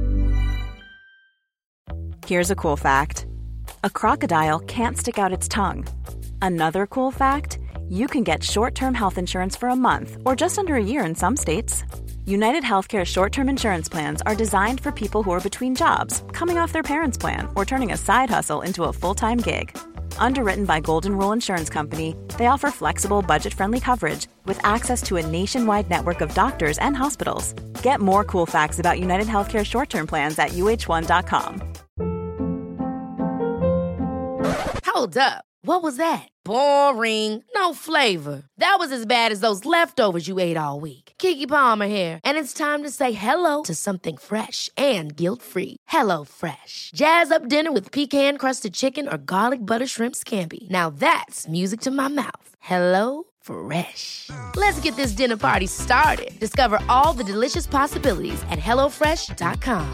S9: Here's a cool fact. A crocodile can't stick out its tongue. Another cool fact, you can get short-term health insurance for a month or just under a year in some states. United Healthcare short-term insurance plans are designed for people who are between jobs, coming off their parents' plan, or turning a side hustle into a full-time gig. Underwritten by Golden Rule Insurance Company, they offer flexible, budget-friendly coverage with access to a nationwide network of doctors and hospitals. Get more cool facts about United Healthcare short-term plans at U H one dot com.
S3: Hold up. What was that? Boring. No flavor. That was as bad as those leftovers you ate all week. Keke Palmer here, and it's time to say hello to something fresh and guilt-free. Hello Fresh. Jazz up dinner with pecan-crusted chicken or garlic butter shrimp scampi. Now that's music to my mouth. Hello Fresh. Let's get this dinner party started. Discover all the delicious possibilities at hello fresh dot com.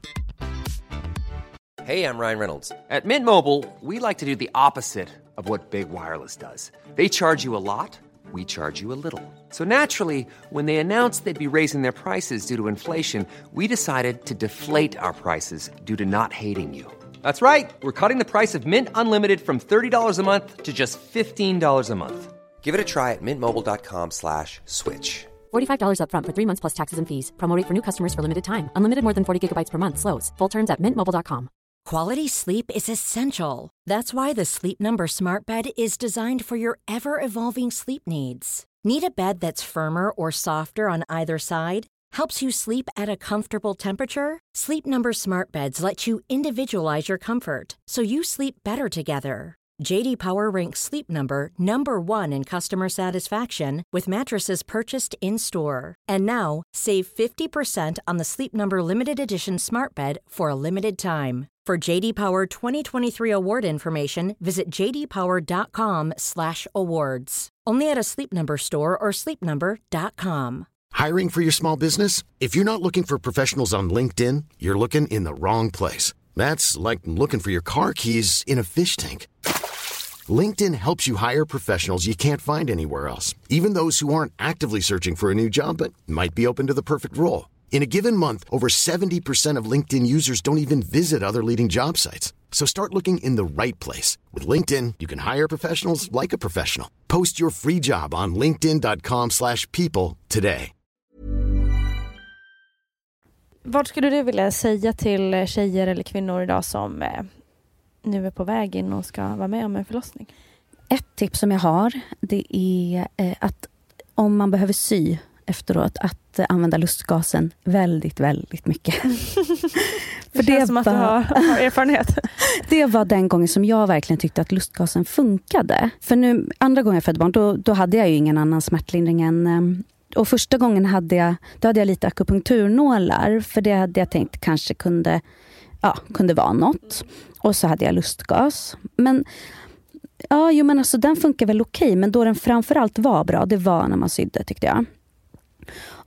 S4: Hey, I'm Ryan Reynolds. At Mint Mobile, we like to do the opposite of what Big Wireless does. They charge you a lot, we charge you a little. So naturally, when they announced they'd be raising their prices due to inflation, we decided to deflate our prices due to not hating you. That's right. We're cutting the price of Mint Unlimited from thirty dollars a month to just fifteen dollars a month. Give it a try at mintmobile.com slash switch.
S5: forty-five dollars up front for three months plus taxes and fees. Promo rate for new customers for limited time. Unlimited more than forty gigabytes per month. Slows full terms at mint mobile dot com.
S6: Quality sleep is essential. That's why the Sleep Number Smart Bed is designed for your ever-evolving sleep needs. Need a bed that's firmer or softer on either side? Helps you sleep at a comfortable temperature? Sleep Number Smart Beds let you individualize your comfort, so you sleep better together. J D Power ranks Sleep Number number one in customer satisfaction with mattresses purchased in-store. And now, save fifty percent on the Sleep Number Limited Edition Smart Bed for a limited time. For J D Power twenty twenty-three award information, visit j d power dot com slash awards. Only at a Sleep Number store or sleep number dot com.
S10: Hiring for your small business? If you're not looking for professionals on LinkedIn, you're looking in the wrong place. That's like looking for your car keys in a fish tank. LinkedIn helps you hire professionals you can't find anywhere else, even those who aren't actively searching for a new job but might be open to the perfect role. In a given month, over seventy percent of LinkedIn users don't even visit other leading job sites. So start looking in the right place. With LinkedIn, you can hire professionals like a professional. Post your free job on linkedin dot com slash people today.
S1: Vad skulle du vilja säga till tjejer eller kvinnor idag som eh, nu är på väg in och ska vara med om en förlossning?
S2: Ett tips som jag har, det är eh, att om man behöver sy efteråt, att eh, använda lustgasen väldigt, väldigt mycket.
S1: För det, det som var, att du har, har erfarenhet.
S2: Det var den gången som jag verkligen tyckte att lustgasen funkade. För nu, andra gången jag födde barn, då, då hade jag ju ingen annan smärtlindring än... Eh, och första gången hade jag, då hade jag lite akupunkturnålar, för det hade jag tänkt kanske kunde, ja, kunde vara något. Och så hade jag lustgas. Men ja, jo, men alltså den funkar väl okej, men då den framförallt var bra, det var när man sydde, tyckte jag.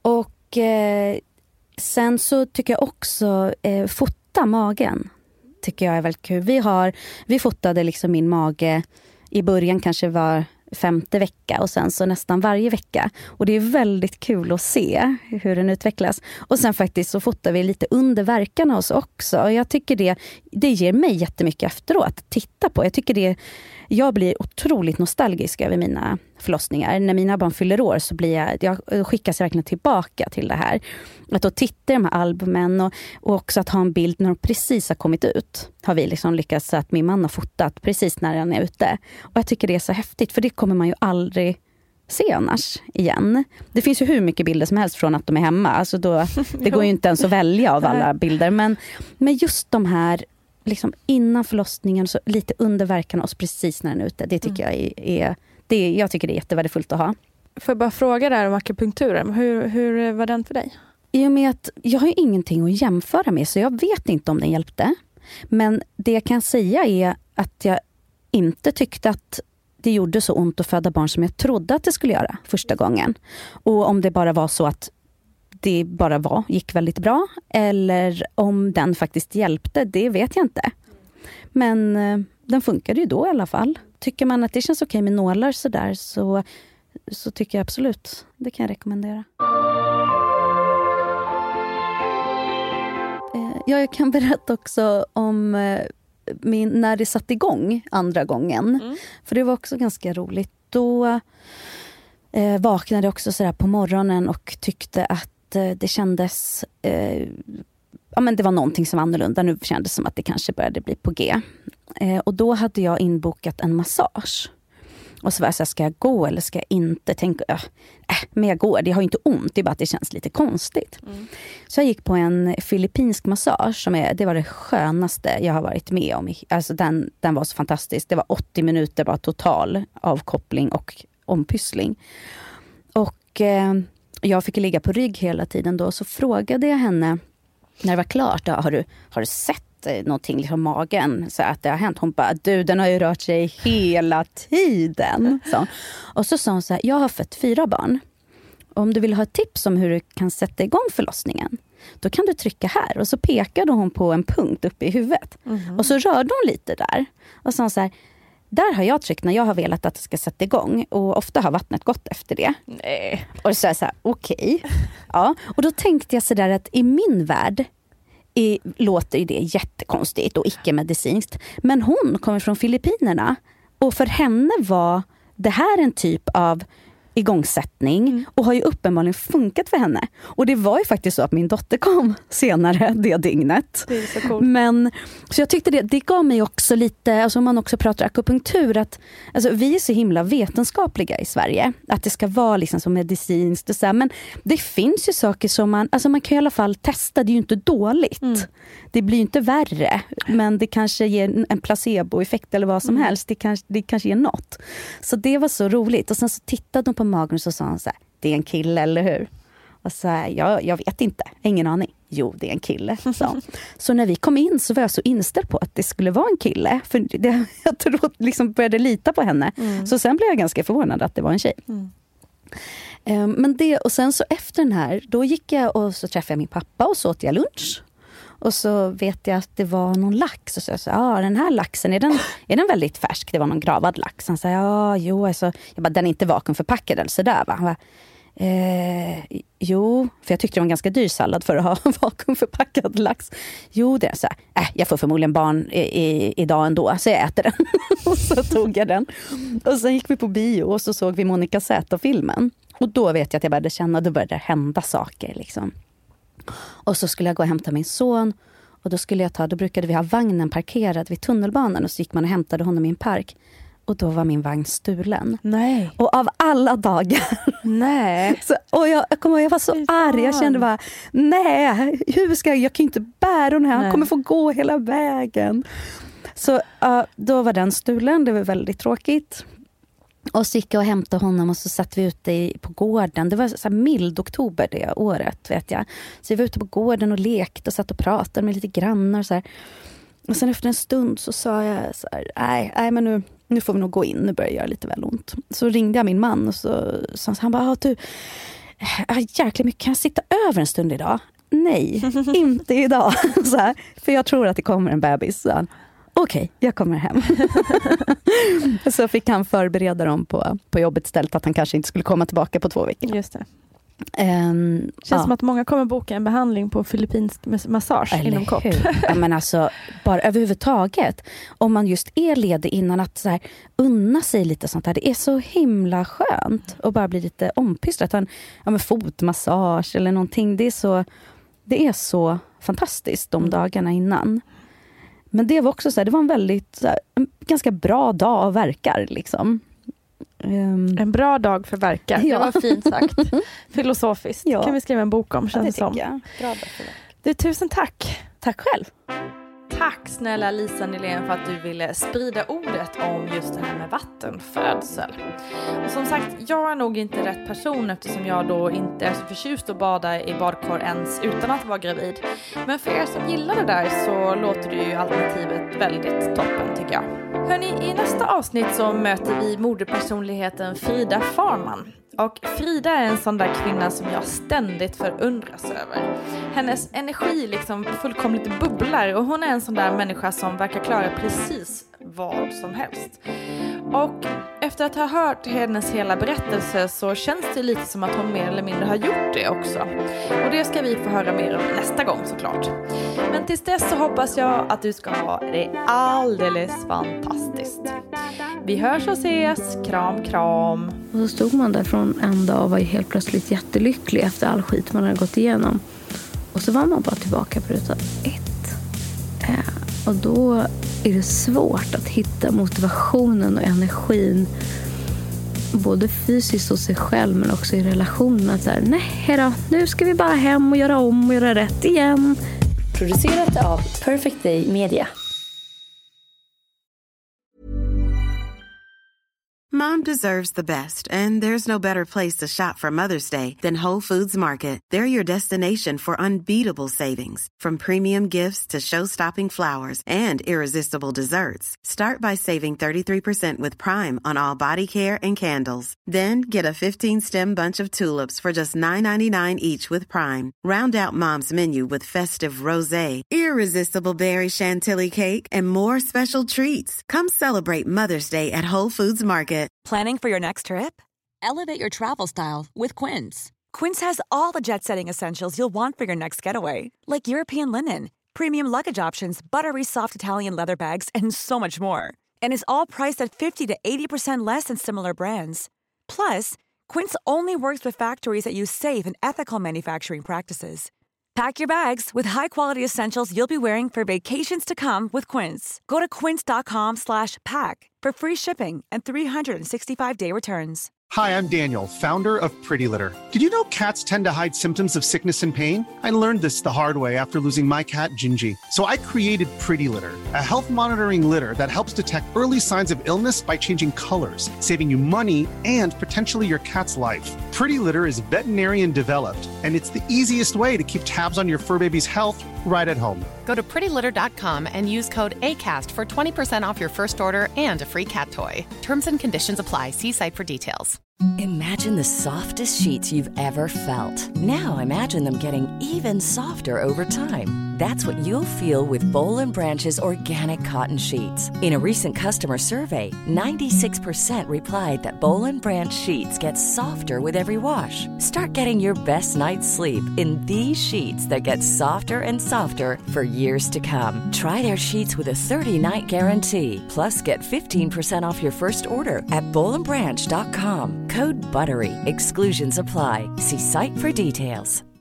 S2: Och eh, sen så tycker jag också eh, fota magen. Tycker jag är väldigt kul. Vi, har, vi fotade liksom min mage i början kanske var femte vecka och sen så nästan varje vecka. Och det är väldigt kul att se hur den utvecklas. Och sen faktiskt så fotar vi lite under verkarna oss också. Och jag tycker det, det ger mig jättemycket efteråt att titta på. Jag tycker det, jag blir otroligt nostalgisk över mina förlossningar. När mina barn fyller år så blir jag, jag skickas verkligen tillbaka till det här. Att då titta i de här albumen och, och också att ha en bild när de precis har kommit ut. Har vi liksom lyckats att min man har fotat precis när den är ute. Och jag tycker det är så häftigt för det kommer man ju aldrig se annars igen. Det finns ju hur mycket bilder som helst från att de är hemma. Alltså då, det går ju inte ens att välja av alla bilder. Men, men just de här liksom innan förlossningen så lite under verkarna och precis när den är ute. Det tycker mm. jag är, är det, jag tycker det är jättevärdefullt att ha.
S1: Får jag bara fråga där om akupunkturen. Hur, hur var den för dig?
S2: I och med att jag har ju ingenting att jämföra med så jag vet inte om den hjälpte. Men det jag kan säga är att jag inte tyckte att det gjorde så ont att föda barn som jag trodde att det skulle göra första gången. Och om det bara var så att det bara var, gick väldigt bra. Eller om den faktiskt hjälpte, det vet jag inte. Men eh, den funkade ju då i alla fall. Tycker man att det känns okej med nålar så där så, så tycker jag absolut, det kan jag rekommendera. Eh, jag kan berätta också om eh, min, när det satt igång andra gången. Mm. För det var också ganska roligt. Då eh, vaknade jag också så där på morgonen och tyckte att det kändes eh, ja, men det var någonting som var annorlunda. Nu kändes det som att det kanske började bli på G. Eh, och då hade jag inbokat en massage. Och så var jag så här, ska jag gå eller ska jag inte? Tänka, äh, men jag går, det har ju inte ont, det är bara att det känns lite konstigt. Mm. Så jag gick på en filippinsk massage som är, det var det skönaste jag har varit med om. Alltså den, den var så fantastisk. Det var åttio minuter bara total avkoppling och ompyssling. Och eh, jag fick ligga på rygg hela tiden då. Så frågade jag henne när det var klart. Då, har, du, har du sett någonting liksom magen? Så att det har hänt. Hon bara, du den har ju rört sig hela tiden. Så. Och så sa hon så här, jag har fött fyra barn. Om du vill ha ett tips om hur du kan sätta igång förlossningen. Då kan du trycka här. Och så pekade hon på en punkt uppe i huvudet. Mm-hmm. Och så rörde hon lite där. Och sa så här, där har jag tryckt när jag har velat att det ska sätta igång. Och ofta har vattnet gått efter det. Nej. Och så är jag så här, okej. Okay. Ja. Och då tänkte jag så där att i min värld i, låter ju det jättekonstigt och icke-medicinskt. Men hon kommer från Filippinerna. Och för henne var det här en typ av igångsättning mm. och har ju uppenbarligen funkat för henne. Och det var ju faktiskt så att min dotter kom senare det dygnet.
S1: Det är så coolt.
S2: Men så jag tyckte det, det gav mig också lite, alltså om man också pratar akupunktur, att alltså, vi är så himla vetenskapliga i Sverige. Att det ska vara liksom så medicinskt och så här, men det finns ju saker som man, alltså man kan i alla fall testa, det är ju inte dåligt. Mm. Det blir ju inte värre, men det kanske ger en placeboeffekt eller vad som mm. helst. Det kanske, det kanske ger något. Så det var så roligt. Och sen så tittade de på magen och så sa han så här, det är en kille eller hur? Och så här, ja, jag vet inte, ingen aning. Jo, det är en kille. Så. så när vi kom in så var jag så inställd på att det skulle vara en kille. För det, jag trodde, liksom började lita på henne. Mm. Så sen blev jag ganska förvånad att det var en tjej. Mm. Um, men det, och sen så efter den här, då gick jag och så träffade jag min pappa och så åt jag lunch. Och så vet jag att det var någon lax. Och så jag sa, ja den här laxen, är den, är den väldigt färsk? Det var någon gravad lax. Han sa, ja, jo, alltså, jag bara, den är inte vakuumförpackad eller sådär va? Han bara, eh, jo, för jag tyckte det var en ganska dyr sallad för att ha vakuumförpackad lax. Jo, det är så här, äh, jag får förmodligen barn i, i, idag ändå, så jag äter den. Och så tog jag den. Och sen gick vi på bio och så såg vi Monica Z-filmen. Och då vet jag att jag började känna, då började det hända saker liksom. Och så skulle jag gå och hämta min son. Och då skulle jag ta, då brukade vi ha vagnen parkerad vid tunnelbanan. Och så gick man och hämtade honom i en park. Och då var min vagn stulen.
S1: Nej.
S2: Och av alla dagar.
S1: Nej.
S2: Så, och jag, jag kommer jag var så arg. Jag kände bara, nej, hur ska jag, jag kan inte bära den här. Han kommer få gå hela vägen. Så uh, då var den stulen. Det var väldigt tråkigt. Och så gick jag och hämtade honom och så satt vi ute i, på gården. Det var så här mild oktober det året, vet jag. Så vi var ute på gården och lekte och satt och pratade med lite grannar och så här. Och sen efter en stund så sa jag så här, nej, nej men nu, nu får vi nog gå in. Nu börjar det göra lite väl ont. Så ringde jag min man och så sa han bara, ah, du, jäkligt mycket, kan jag sitta över en stund idag? Nej, inte idag. Så här, för jag tror att det kommer en bebis. Så okej, okay, jag kommer hem. Så fick han förbereda dem på, på jobbet istället, att han kanske inte skulle komma tillbaka på två veckor.
S1: Just det.
S2: Um,
S1: Känns
S2: ja.
S1: som att många kommer boka en behandling på filippinsk massage
S2: Eller
S1: inom kort.
S2: Ja, men alltså, bara överhuvudtaget, om man just är ledig innan, att så här, unna sig lite sånt här. Det är så himla skönt och bara bli lite ompystrat. En ja, men fotmassage eller någonting. Det är så, det är så fantastiskt de dagarna innan. Men det var också så här, det var en väldigt så här, en ganska bra dag av verkar liksom. Um,
S1: en bra dag för verkar. Ja. Det var fint sagt. Filosofiskt. Ja. Kan vi skriva en bok om, känns
S2: ja,
S1: det som.
S2: Jag. Bra dag för verkar.
S1: Du, tusen tack.
S2: Tack själv.
S1: Tack snälla Lisa Nylén för att du ville sprida ordet om just det här med vattenfödsel. Och som sagt, jag är nog inte rätt person eftersom jag då inte är så förtjust att bada i badkar ens utan att vara gravid. Men för er som gillar det där så låter det ju alternativet väldigt toppen tycker jag. Hörrni, i nästa avsnitt så möter vi modepersonligheten Frida Farman. Och Frida är en sån där kvinna som jag ständigt förundras över. Hennes energi liksom fullkomligt bubblar och hon är en sån där människa som verkar klara precis vad som helst. Och efter att ha hört hennes hela berättelse så känns det lite som att hon mer eller mindre har gjort det också. Och det ska vi få höra mer om nästa gång såklart. Men tills dess så hoppas jag att du ska ha det alldeles fantastiskt. Vi hörs och ses. Kram, kram.
S11: Och så stod man där från en dag och var helt plötsligt jättelycklig efter all skit man hade gått igenom. Och så var man bara tillbaka på ruta ett. Eh, och då är det svårt att hitta motivationen och energin. Både fysiskt hos sig själv men också i relationen. Att så här, nej då, nu ska vi bara hem och göra om och göra rätt igen.
S12: Producerat av Perfect Day Media.
S13: Mom deserves the best, and there's no better place to shop for Mother's Day than Whole Foods Market. They're your destination for unbeatable savings, from premium gifts to show-stopping flowers and irresistible desserts. Start by saving thirty-three percent with Prime on all body care and candles. Then get a fifteen-stem bunch of tulips for just nine ninety-nine each with Prime. Round out Mom's menu with festive rosé, irresistible berry chantilly cake, and more special treats. Come celebrate Mother's Day at Whole Foods Market.
S14: Planning for your next trip? Elevate your travel style with Quince. Quince has all the jet-setting essentials you'll want for your next getaway, like European linen, premium luggage options, buttery soft Italian leather bags, and so much more. And is all priced at fifty to eighty percent less than similar brands. Plus, Quince only works with factories that use safe and ethical manufacturing practices. Pack your bags with high-quality essentials you'll be wearing for vacations to come with Quince. Go to quince.com slash pack for free shipping and three sixty-five day returns.
S15: Hi, I'm Daniel, founder of Pretty Litter. Did you know cats tend to hide symptoms of sickness and pain? I learned this the hard way after losing my cat, Gingy. So I created Pretty Litter, a health monitoring litter that helps detect early signs of illness by changing colors, saving you money and potentially your cat's life. Pretty Litter is veterinarian developed, and it's the easiest way to keep tabs on your fur baby's health right at home.
S16: Go to pretty litter dot com and use code ACAST for twenty percent off your first order and a free cat toy. Terms and conditions apply. See site for details.
S17: Imagine the softest sheets you've ever felt. Now imagine them getting even softer over time. That's what you'll feel with Boll and Branch's organic cotton sheets. In a recent customer survey, ninety-six percent replied that Boll and Branch sheets get softer with every wash. Start getting your best night's sleep in these sheets that get softer and softer for years to come. Try their sheets with a thirty-night guarantee. Plus, get fifteen percent off your first order at boll and branch dot com. Code BUTTERY. Exclusions apply. See site for details.